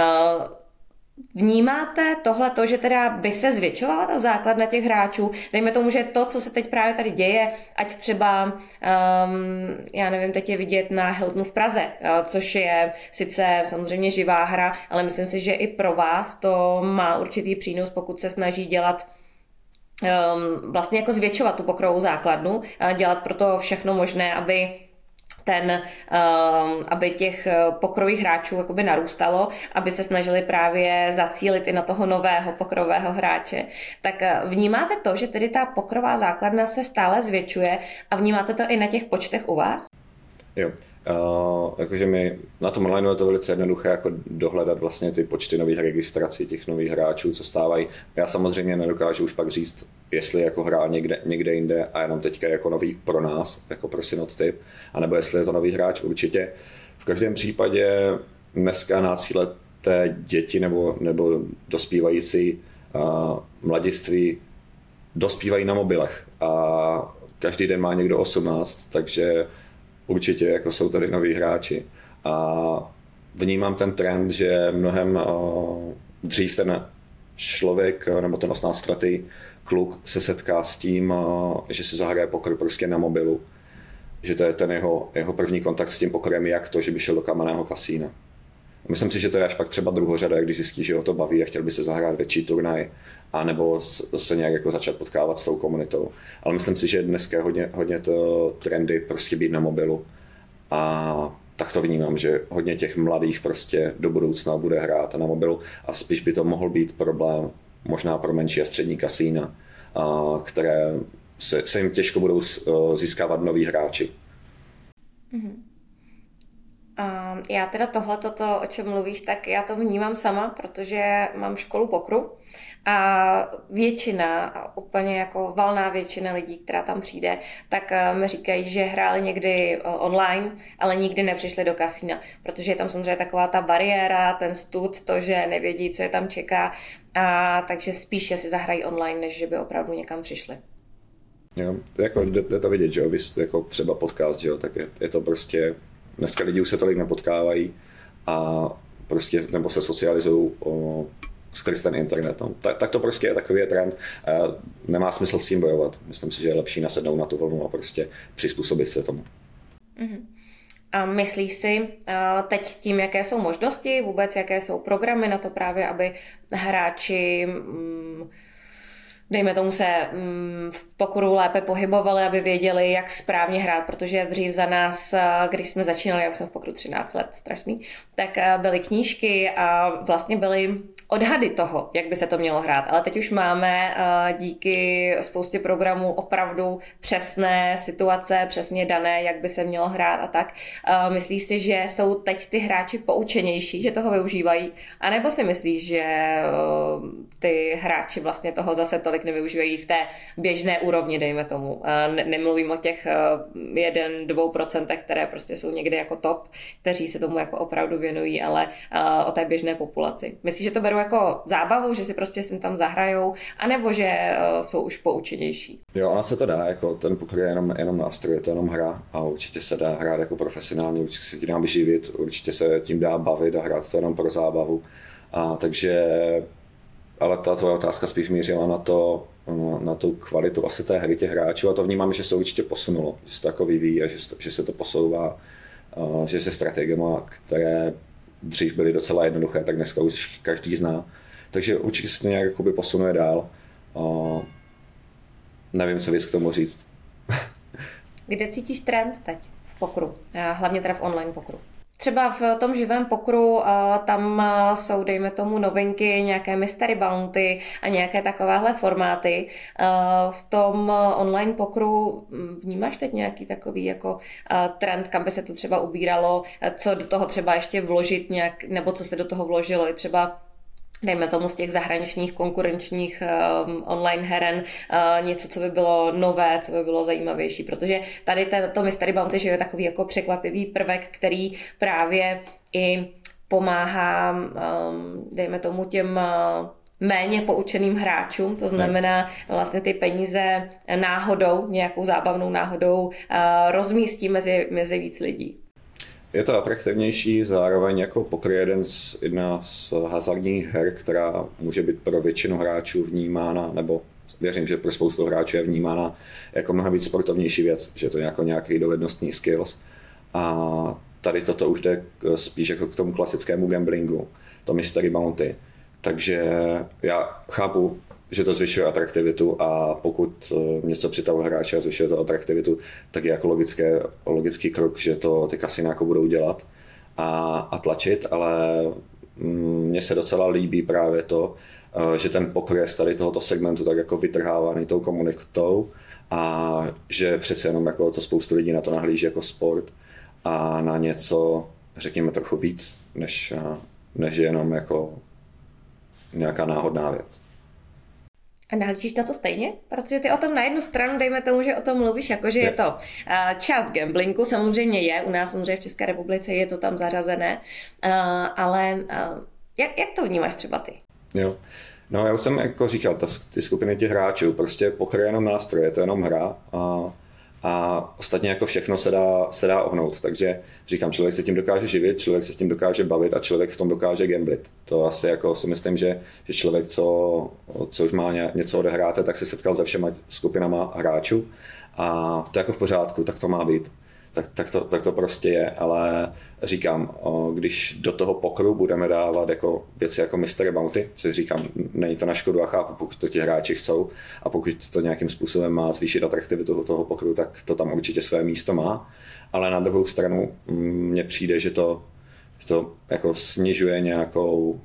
Vnímáte tohleto, že teda by se zvětšovala ta základna těch hráčů? Dejme tomu, že to, co se teď právě tady děje, ať třeba, um, já nevím, teď je vidět na Hiltonu v Praze, což je sice samozřejmě živá hra, ale myslím si, že i pro vás to má určitý přínos, pokud se snaží dělat um, vlastně jako zvětšovat tu pokrovou základnu, dělat pro to všechno možné, aby ten, um, aby těch pokrových hráčů jakoby narůstalo, aby se snažili právě zacílit i na toho nového pokrového hráče. Tak vnímáte to, že tedy ta pokrová základna se stále zvětšuje a vnímáte to i na těch počtech u vás? Jo, uh, jakože my na tom online je to velice jednoduché jako dohledat vlastně ty počty nových registrací, těch nových hráčů, co stávají. Já samozřejmě nedokážu už pak říct, jestli jako hrál někde, někde jinde a jenom teďka jako nový pro nás, jako pro Synod-typ, anebo jestli je to nový hráč určitě. V každém případě dneska náctileté děti nebo, nebo dospívající uh, mladiství dospívají na mobilech a každý den má někdo osmnáct, takže určitě jako jsou tady noví hráči a vnímám ten trend, že mnohem uh, dřív ten člověk nebo ten osmnáctiletý kluk se setká s tím, uh, že si zahraje poker prostě na mobilu, že to je ten jeho, jeho první kontakt s tím pokerem, jak to, že by šel do kamenného kasína. Myslím si, že to je až pak třeba druhořada, když zjistí, že ho to baví a chtěl by se zahrát větší turnaj, anebo se nějak jako začat potkávat s tou komunitou. Ale myslím si, že dneska je hodně, hodně to trendy prostě být na mobilu. A tak to vnímám, že hodně těch mladých prostě do budoucna bude hrát na mobilu a spíš by to mohl být problém možná pro menší a střední kasína, které se, se jim těžko budou získávat noví hráči. Mm-hmm. A já teda tohle, to, o čem mluvíš, tak já to vnímám sama, protože mám školu pokru a většina, a úplně jako valná většina lidí, která tam přijde, tak mi říkají, že hráli někdy online, ale nikdy nepřišli do kasína, protože je tam samozřejmě taková ta bariéra, ten stud, to, že nevědí, co je tam čeká, a takže spíše si zahrají online, než že by opravdu někam přišli. Jo, jako jde to vidět, že jo, jako třeba podcast, že jo, tak je, je to prostě, dneska lidi už se tolik nepotkávají a prostě nebo se socializují o, skrz ten internet. No. Tak, tak to prostě je, takový je trend. A nemá smysl s tím bojovat. Myslím si, že je lepší nasednout na tu vlnu a prostě přizpůsobit se tomu. Mm-hmm. A myslíš si teď tím, jaké jsou možnosti, vůbec jaké jsou programy na to právě, aby hráči mm, dejme tomu se v pokru lépe pohybovali, aby věděli, jak správně hrát, protože dřív za nás, když jsme začínali, já už jsem v pokru třináct let, strašný, tak byly knížky a vlastně byly odhady toho, jak by se to mělo hrát. Ale teď už máme díky spoustě programů opravdu přesné situace, přesně dané, jak by se mělo hrát a tak. Myslíš si, že jsou teď ty hráči poučenější, že toho využívají? A nebo si myslíš, že ty hráči vlastně toho zase tolik nevyužívají v té běžné úrovni, dejme tomu. Ne- nemluvím o těch jeden, dvou procentech, které prostě jsou někde jako top, kteří se tomu jako opravdu věnují, ale o té běžné populaci. Myslíš, že to berou jako zábavu, že si prostě s tím tam zahrajou, anebo že jsou už poučenější? Jo, ona se to dá, jako ten poker je jenom, jenom nástroj, je to jenom hra a určitě se dá hrát jako profesionálně, určitě se tím dá vyživit, určitě se tím dá bavit a hrát to jenom pro zábavu. A takže ale ta tvoje otázka spíš mířila na to, na tu kvalitu asi té hry těch hráčů a to vnímám, že se určitě posunulo, že se to jako vyvíjí a že, že se to posouvá, že se strategiemi, které dřív byly docela jednoduché, tak dneska už každý zná. Takže určitě se to nějak jakoby posunuje dál. Nevím, co víc k tomu říct. Kde cítíš trend teď v pokru? Hlavně teda v online pokru. Třeba v tom živém pokru tam jsou, dejme tomu, novinky, nějaké mystery bounty a nějaké takovéhle formáty. V tom online pokru vnímáš teď nějaký takový jako trend, kam by se to třeba ubíralo, co do toho třeba ještě vložit nějak, nebo co se do toho vložilo, i třeba dejme tomu z těch zahraničních konkurenčních um, online heren uh, něco, co by bylo nové, co by bylo zajímavější, protože tady to mystery bounty, že je takový jako překvapivý prvek, který právě i pomáhá, um, dejme tomu těm uh, méně poučeným hráčům, to znamená vlastně ty peníze náhodou, nějakou zábavnou náhodou uh, rozmístí mezi, mezi víc lidí. Je to atraktivnější, zároveň jako poker je jeden z, jedna z hazardních her, která může být pro většinu hráčů vnímána, nebo věřím, že pro spoustu hráčů je vnímána jako mnohem víc sportovnější věc, že to je jako nějaký dovednostní skills. A tady toto už jde spíš jako k tomu klasickému gamblingu, to mystery bounty. Takže já chápu, že to zvyšuje atraktivitu a pokud něco přitahuje hráče a zvyšuje to atraktivitu, tak je jako logické, logický krok, že to ty kasina jako budou dělat a, a tlačit, ale mně se docela líbí právě to, že ten poker je z tady tohoto segmentu tak jako vytrhávaný tou komunitou a že přece jenom jako to spoustu lidí na to nahlíží jako sport a na něco, řekněme, trochu víc, než, než jenom jako nějaká náhodná věc. A nahlížíš na to stejně? Protože ty o tom na jednu stranu, dejme tomu, že o tom mluvíš, jako že je, je to uh, část gamblingu, samozřejmě je, u nás samozřejmě v České republice je to tam zařazené, uh, ale uh, jak, jak to vnímáš třeba ty? Jo, no já už jsem jako říkal, ta, ty skupiny těch hráčů, prostě poker je jenom nástroj, je to jenom hra a, a ostatně jako všechno se dá, se dá ohnout, takže říkám, člověk se tím dokáže živit, člověk se tím dokáže bavit a člověk v tom dokáže gamblit. To asi jako si myslím, že, že člověk, co, co už má ně, něco odehráte, tak se setkal se všema skupinama hráčů a to je jako v pořádku, tak to má být. Tak, tak, to, tak to prostě je, ale říkám, když do toho pokeru budeme dávat jako věci jako mystery bounty, což říkám, není to na škodu a chápu, pokud to ti hráči chcou a pokud to nějakým způsobem má zvýšit atraktivitu toho pokeru, tak to tam určitě své místo má, ale na druhou stranu mně přijde, že to, že to jako snižuje nějakou,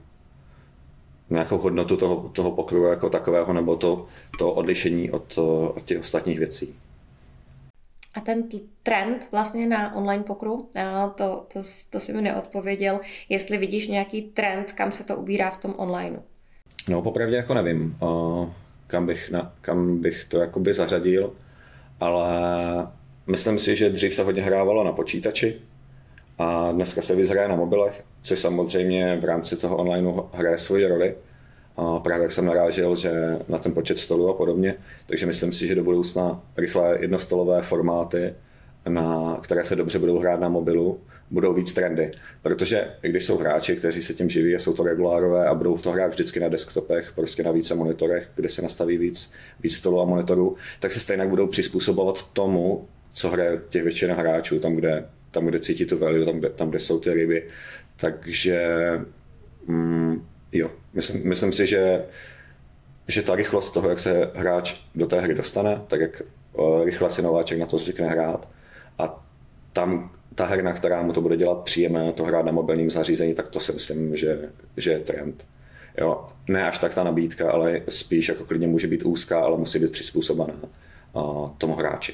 nějakou hodnotu toho, toho pokeru jako takového nebo to, to odlišení od, od těch ostatních věcí. A ten trend vlastně na online pokru, to, to, to si mi neodpověděl, jestli vidíš nějaký trend, kam se to ubírá v tom onlineu. No popravdě jako nevím, kam bych, na, kam bych to jakoby zařadil, ale myslím si, že dřív se hodně hrávalo na počítači a dneska se víc hraje na mobilech, což samozřejmě v rámci toho onlineu hraje svoji roli. A právě jak jsem narážel, že na ten počet stolů a podobně, takže myslím si, že do budoucna rychlé jednostolové formáty, na, které se dobře budou hrát na mobilu, budou víc trendy. Protože i když jsou hráči, kteří se tím živí a jsou to regulárové a budou to hrát vždycky na desktopech, prostě na více monitorech, kde se nastaví víc, víc stolů a monitorů, tak se stejně budou přizpůsobovat tomu, co hraje těch většina hráčů, tam, kde, tam, kde cítí tu value, tam, kde, tam, kde jsou ty ryby. Takže mm, jo, myslím, myslím si, že, že ta rychlost toho, jak se hráč do té hry dostane, tak jak rychle si nováček na to zvykne hrát a tam ta herna, která mu to bude dělat příjemné, to hrát na mobilním zařízení, tak to si myslím, že, že je trend. Jo, ne až tak ta nabídka, ale spíš jako klidně může být úzká, ale musí být přizpůsobená uh, tomu hráči.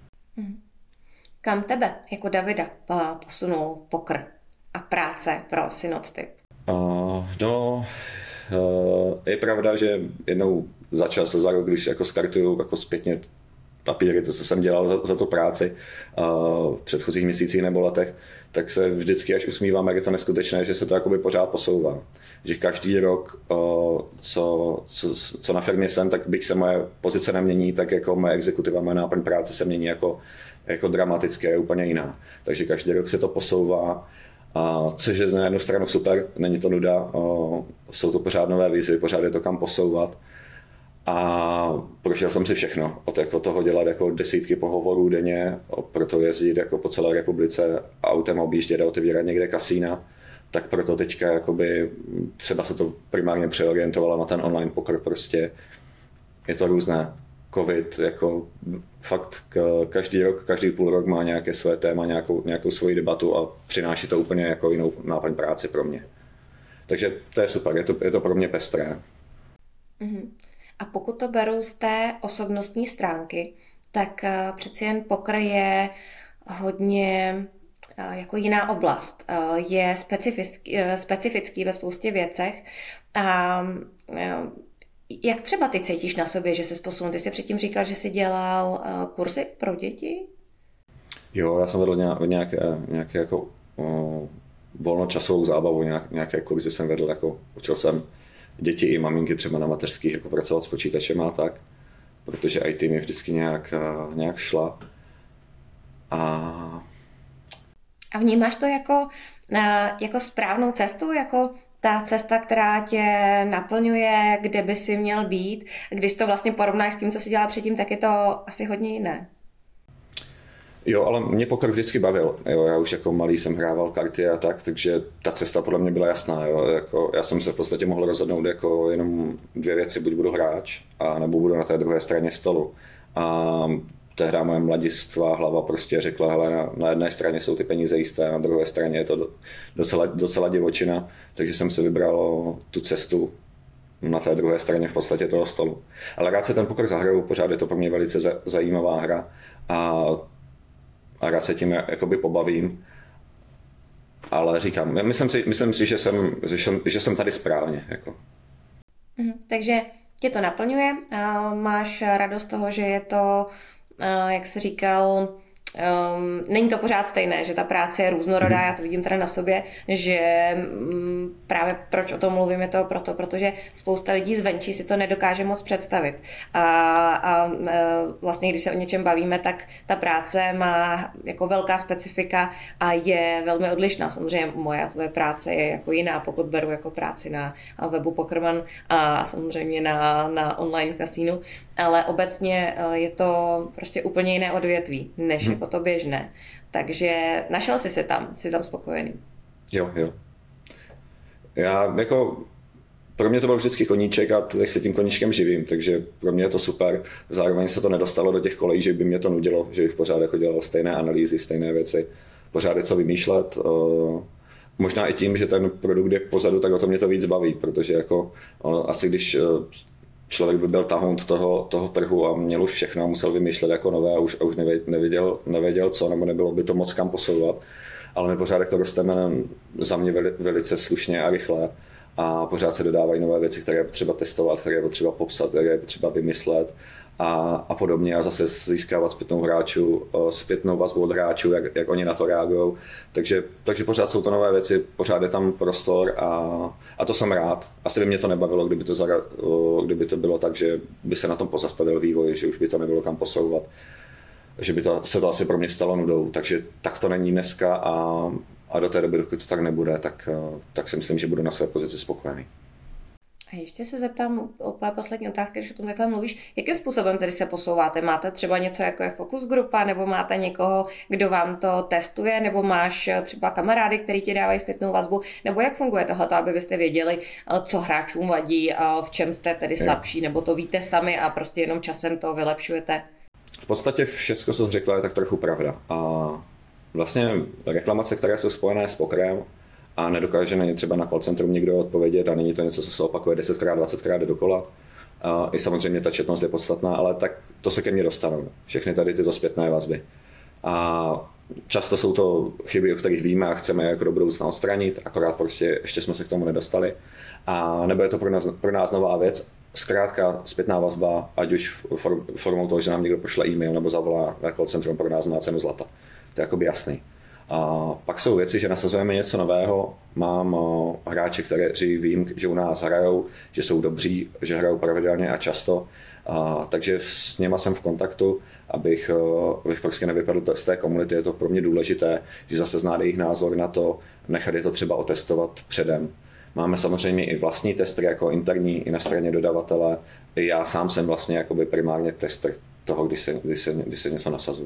Kam tebe jako Davida posunul pokr a práce pro Synodtyp? Uh, no, uh, je pravda, že jednou za čas, za rok, když jako skartuju jako zpětně papíry, to, co jsem dělal za, za tu práci uh, v předchozích měsících nebo letech, tak se vždycky až usmívám, jak je to neskutečné, že se to jakoby pořád posouvá. Že každý rok, uh, co, co, co na firmě jsem, tak byť se moje pozice nemění, tak jako moje exekutiva, moje náplň práce se mění jako, jako dramaticky, je úplně jiná. Takže každý rok se to posouvá. Uh, což je na jednu stranu super, není to nuda, uh, jsou to pořád nové výzvy, pořád je to kam posouvat. A prošel jsem si všechno, od jako toho dělat jako desítky pohovorů denně, proto jezdit jako po celé republice autem objíždět a otevírat někde kasína, tak proto teďka jakoby, třeba se to primárně přeorientovalo na ten online poker, prostě je to různé. Covid, jako fakt každý rok, každý půl rok má nějaké své téma, nějakou, nějakou svoji debatu a přináší to úplně jako jinou náplň práci pro mě. Takže to je super, je to, je to pro mě pestré. Mm-hmm. A pokud to beru z té osobnostní stránky, tak přeci jen poker je hodně jako jiná oblast. Je specifický, specifický ve spoustě věcech. A jak třeba ty cítíš na sobě, že se posunul? Ty jsi předtím říkal, že jsi dělal kurzy pro děti? Jo, já jsem vedl nějaké, nějaké jako o, volnočasovou zábavu, nějaké kurzy jsem vedl, jako učil jsem děti i maminky třeba na mateřských jako pracovat s počítačem a tak, protože í té mi vždycky nějak, nějak šla. A... a vnímáš to jako, jako správnou cestu, jako ta cesta, která tě naplňuje, kde by si měl být? Když to vlastně porovnáš s tím, co jsi dělal předtím, tak je to asi hodně jiné. Jo, ale mě poker vždycky bavil. Jo, já už jako malý jsem hrával karty a tak, takže ta cesta podle mě byla jasná. Jo. Jako, já jsem se v podstatě mohl rozhodnout jako jenom dvě věci, buď budu hráč, a nebo budu na té druhé straně stolu. A tehdy moje mladistvá hlava prostě řekla, hele, na, na jedné straně jsou ty peníze jisté, na druhé straně je to docela, docela divočina, takže jsem si vybral tu cestu na té druhé straně v podstatě toho stolu. Ale rád se ten poker zahraju, pořád je to pro mě velice zajímavá hra a a rád se tím jakoby pobavím, ale říkám, myslím si, myslím si že, jsem, že, jsem, že jsem tady správně. Jako. Mm, takže tě to naplňuje, máš radost toho, že je to, jak jsi říkal, Um, není to pořád stejné, že ta práce je různorodá, mm. já to vidím teda na sobě, že um, právě proč o tom mluvím je to proto, protože spousta lidí zvenčí si to nedokáže moc představit a, a, a vlastně když se o něčem bavíme, tak ta práce má jako velká specifika a je velmi odlišná. Samozřejmě moje a tvoje práce je jako jiná, pokud beru jako práci na webu Pokerman a samozřejmě na, na online kasínu, ale obecně je to prostě úplně jiné odvětví, než hmm. jako to běžné. Takže našel jsi se tam, jsi tam spokojený. Jo, jo. Já jako, pro mě to byl vždycky koníček a teď se tím koníčkem živím, takže pro mě je to super. Zároveň se to nedostalo do těch kolejí, že by mě to nudilo, že bych pořád jako dělal stejné analýzy, stejné věci, pořád je co vymýšlet. Možná i tím, že ten produkt je pozadu, tak o to mě to víc baví, protože jako asi když člověk by byl tahoun toho, toho trhu a měl už všechno a musel vymýšlet jako nové a už, a už nevěděl, nevěděl co, nebo nebylo by to moc kam posouvat. Ale my pořád jako rosteme za mě veli, velice slušně a rychle a pořád se dodávají nové věci, které je potřeba testovat, které je potřeba popsat, které je potřeba vymyslet a, a podobně a zase získávat zpětnou hráčů, zpětnou vazbu od hráčů, jak, jak oni na to reagují. Takže, takže pořád jsou to nové věci, pořád je tam prostor a, a to jsem rád. Asi by mě to nebavilo, kdyby to, zara, kdyby to bylo tak, že by se na tom pozastavil vývoj, že už by to nebylo kam posouvat, že by to, se to asi pro mě stalo nudou. Takže tak to není dneska a, a do té doby, dokud to tak nebude, tak, tak si myslím, že budu na své pozici spokojený. A ještě se zeptám opět poslední otázka, když o tom takhle mluvíš. Jakým způsobem tedy se posouváte? Máte třeba něco jako je focus grupa, nebo máte někoho, kdo vám to testuje, nebo máš třeba kamarády, který ti dávají zpětnou vazbu, nebo jak funguje tohleto, aby byste věděli, co hráčům vadí, v čem jste tedy slabší, nebo to víte sami a prostě jenom časem to vylepšujete? V podstatě všechno, co jsi řekla, je tak trochu pravda. A vlastně reklamace, které jsou spojené s pokerem, a nedokáže na ně třeba na call centrum někdo odpovědět a není to něco, co se opakuje desetkrát, dvacetkrát dokola. A i samozřejmě ta četnost je podstatná, ale tak to se ke mně dostanou. Všechny tady tyto zpětné vazby. A často jsou to chyby, o kterých víme a chceme jako do budoucna odstranit, akorát prostě ještě jsme se k tomu nedostali. A nebo je to pro nás, pro nás nová věc. Zkrátka zpětná vazba, ať už formou toho, že nám někdo pošle e-mail nebo zavolá na call centrum, pro nás má cenu zlata. To je jakoby jasný. A pak jsou věci, že nasazujeme něco nového. Mám hráče, kteří vím, že u nás hrajou, že jsou dobří, že hrajou pravidelně a často. A, takže s něma jsem v kontaktu, abych, abych prostě nevypadl z té komunity. Je to pro mě důležité, že zase znát jejich názor na to, nechat je to třeba otestovat předem. Máme samozřejmě i vlastní testy, jako interní, i na straně dodavatele. I já sám jsem vlastně jakoby primárně tester toho, když se, když se, když se něco nasazuje.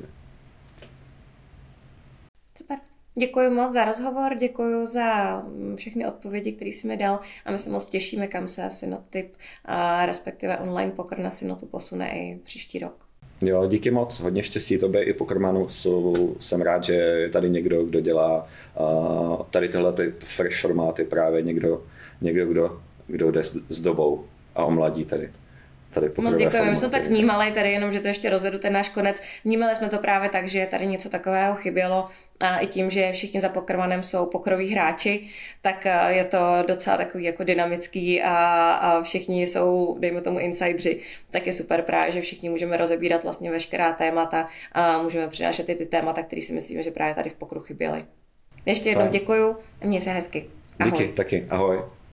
Super. Děkuji moc za rozhovor, děkuji za všechny odpovědi, které jsi mi dal a my se moc těšíme, kam se Synotyp a respektive online poker na Synotu posune i příští rok. Jo, díky moc, hodně štěstí tobě i pokermanu. Jsem rád, že je tady někdo, kdo dělá uh, tady tyhle ty fresh formáty, právě někdo, někdo kdo, kdo jde s, s dobou a omladí tady. Moc děkujeme, my jsme tak vnímali tady, jenom že to ještě rozvedu ten náš konec, vnímali jsme to právě tak, že tady něco takového chybělo a i tím, že všichni za pokermanem jsou pokroví hráči, tak je to docela takový jako dynamický a, a všichni jsou, dejme tomu, insidři, tak je super právě, že všichni můžeme rozebírat vlastně veškerá témata a můžeme přinášet i ty témata, které si myslíme, že právě tady v pokru chyběly. Ještě jednou děkuju a měj se hezky. Ahoj. Díky, taky, ahoj.